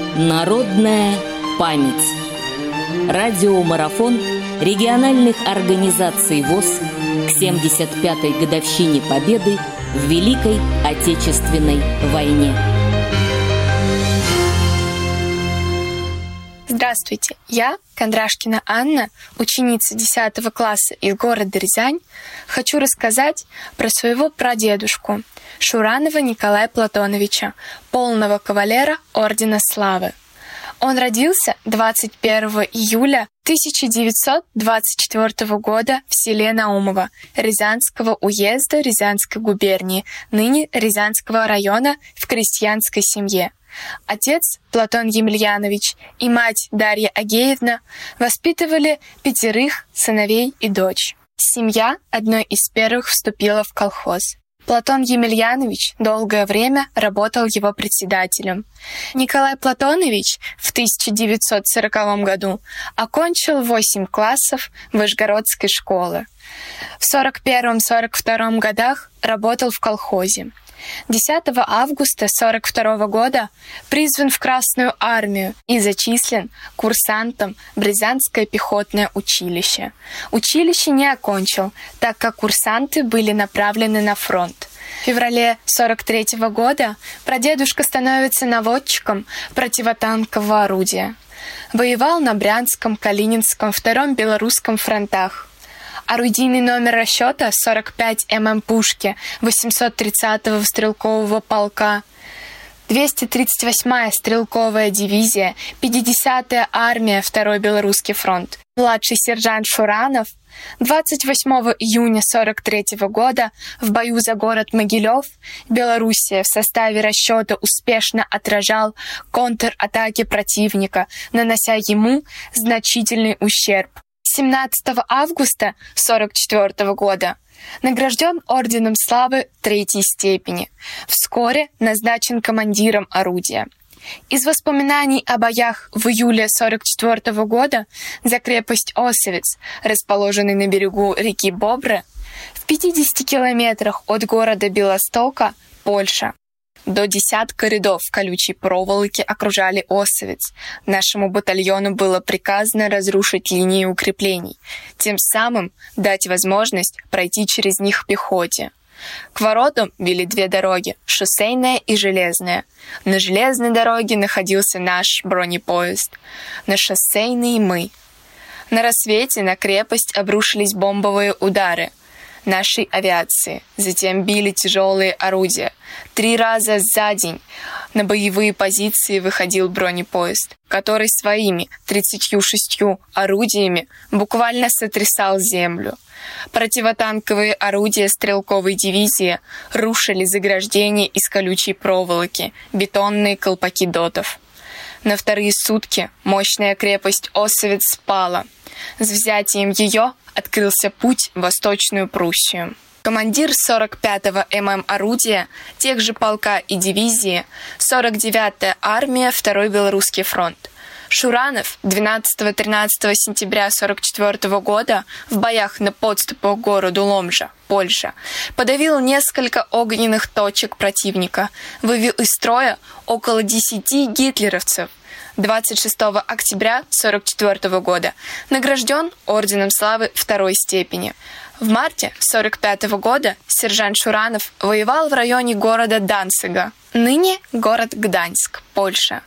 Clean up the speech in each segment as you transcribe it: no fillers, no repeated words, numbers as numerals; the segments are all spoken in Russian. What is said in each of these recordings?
Народная память. Радиомарафон региональных организаций ВОС к 75-й годовщине Победы в Великой Отечественной войне. Здравствуйте, я, Кондрашкина Анна, ученица 10 класса из города Рязань, хочу рассказать про своего прадедушку Шуранова Николая Платоновича, полного кавалера Ордена Славы. Он родился 21 июля 1924 года в селе Наумово Рязанского уезда Рязанской губернии, ныне Рязанского района, в крестьянской семье. Отец Платон Емельянович и мать Дарья Агеевна воспитывали 5 сыновей и дочь. Семья одной из первых вступила в колхоз. Платон Емельянович долгое время работал его председателем. Николай Платонович в 1940 году окончил 8 классов Вышгородской школы. В 1941-1942 годах работал в колхозе. 10 августа 1942 года призван в Красную армию и зачислен курсантом в Рязанское пехотное училище. Училище не окончил, так как курсанты были направлены на фронт. В феврале 1943 года прадедушка становится наводчиком противотанкового орудия. Воевал на Брянском, Калининском, Втором Белорусском фронтах. Орудийный номер расчета 45 мм пушки 830-го стрелкового полка, 238-я стрелковая дивизия, 50-я армия, Второй Белорусский фронт. Младший сержант Шуранов 28 июня 1943 года в бою за город Могилев, Белоруссия, в составе расчета успешно отражал контратаки противника, нанося ему значительный ущерб. 17 августа 1944 года награжден Орденом Славы 3-й степени. Вскоре назначен командиром орудия. Из воспоминаний о боях в июле 1944 года за крепость Осовец, расположенной на берегу реки Бобры, в 50 километрах от города Белостока, Польша. До 10 рядов колючей проволоки окружали Осовец. Нашему батальону было приказано разрушить линии укреплений, тем самым дать возможность пройти через них пехоте. К воротам вели 2 дороги – шоссейная и железная. На железной дороге находился наш бронепоезд, на шоссейной – мы. На рассвете на крепость обрушились бомбовые удары нашей авиации. Затем били тяжелые орудия. 3 раза за день на боевые позиции выходил бронепоезд, который своими 36 орудиями буквально сотрясал землю. Противотанковые орудия стрелковой дивизии рушили заграждения из колючей проволоки, бетонные колпаки дотов. На 2-е сутки мощная крепость Осовец спала. С взятием ее открылся путь в Восточную Пруссию. Командир 45-го ММ орудия, тех же полка и дивизии, 49-я армия, Второй Белорусский фронт. Шуранов 12-13 сентября 1944 года в боях на подступах к городу Ломжа, Польша, подавил несколько огненных точек противника, вывел из строя около 10 гитлеровцев. 26 октября 1944 года награжден Орденом Славы 2-й степени. В марте 1945 года сержант Шуранов воевал в районе города Данцига, ныне город Гданьск, Польша.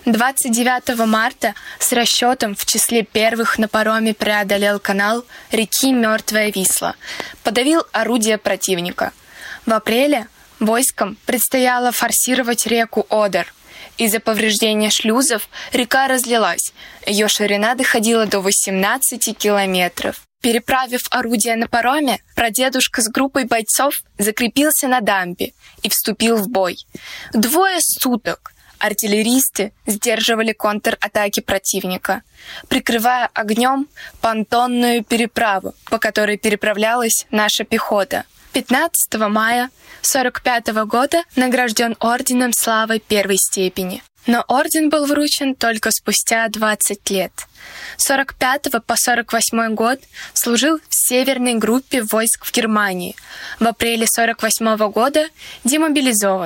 29 марта с расчетом в числе первых на пароме преодолел канал реки Мертвая Висла, подавил орудия противника. В апреле войскам предстояло форсировать реку Одер. Из-за повреждения шлюзов река разлилась, ее ширина доходила до 18 километров. Переправив орудия на пароме, прадедушка с группой бойцов закрепился на дамбе и вступил в бой. 2 суток артиллеристы сдерживали контратаки противника, прикрывая огнем понтонную переправу, по которой переправлялась наша пехота. 15 мая 1945 года награжден Орденом Славы 1-й степени. Но орден был вручен только спустя 20 лет. С 1945 по 1948 год служил в северной группе войск в Германии. В апреле 1948 года демобилизован.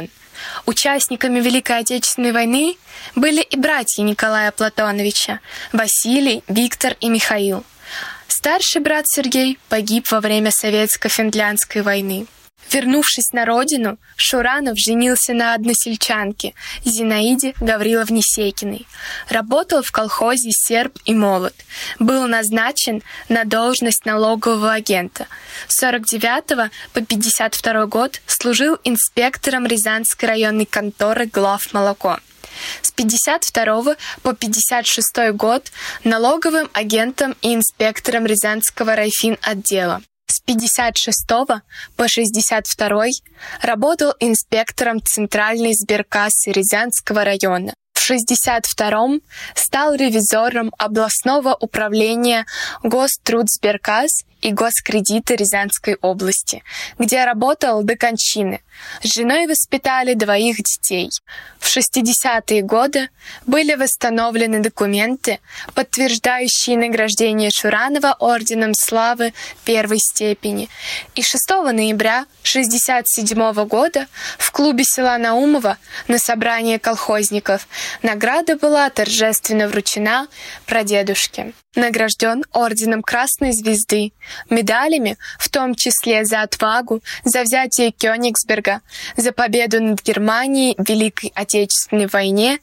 Участниками Великой Отечественной войны были и братья Николая Платоновича – Василий, Виктор и Михаил. Старший брат Сергей погиб во время Советско-финляндской войны. Вернувшись на родину, Шуранов женился на односельчанке Зинаиде Гавриловне Секиной. Работал в колхозе «Серб и молот». Был назначен на должность налогового агента. С 49 по 52 год служил инспектором Рязанской районной конторы «Главмолоко». С 52 по 56 год налоговым агентом и инспектором Рязанского райфинотдела. С 56 по 62 работал инспектором Центральной сберкассы Рязанского района. В 62-м стал ревизором областного управления Гострудсберкасс и Госкредита Рязанской области, где работал до кончины. С женой воспитали 2 детей. В 60-е годы были восстановлены документы, подтверждающие награждение Шуранова орденом славы 1 степени. И 6 ноября 1967 года в клубе села Наумово на собрании колхозников награда была торжественно вручена прадедушке. Награжден орденом Красной Звезды, медалями, в том числе за отвагу, за взятие Кёнигсберга, за победу над Германией в Великой Отечественной войне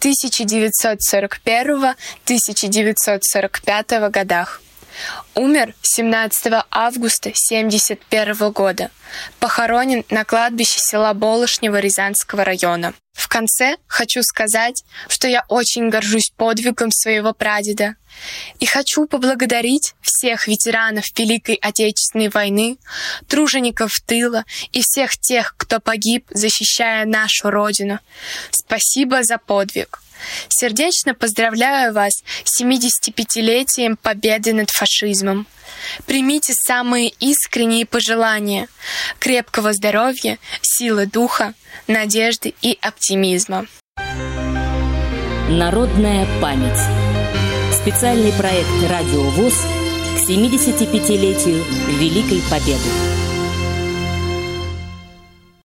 1941-1945 годах. Умер 17 августа 1971 года. Похоронен на кладбище села Болошнево Рязанского района. В конце хочу сказать, что я очень горжусь подвигом своего прадеда и хочу поблагодарить всех ветеранов Великой Отечественной войны, тружеников тыла и всех тех, кто погиб, защищая нашу Родину. Спасибо за подвиг. Сердечно поздравляю вас с 75-летием победы над фашизмом. Примите самые искренние пожелания крепкого здоровья, силы духа, надежды и оптимизма. Народная память. Специальный проект «Радио ВОС» к 75-летию Великой Победы.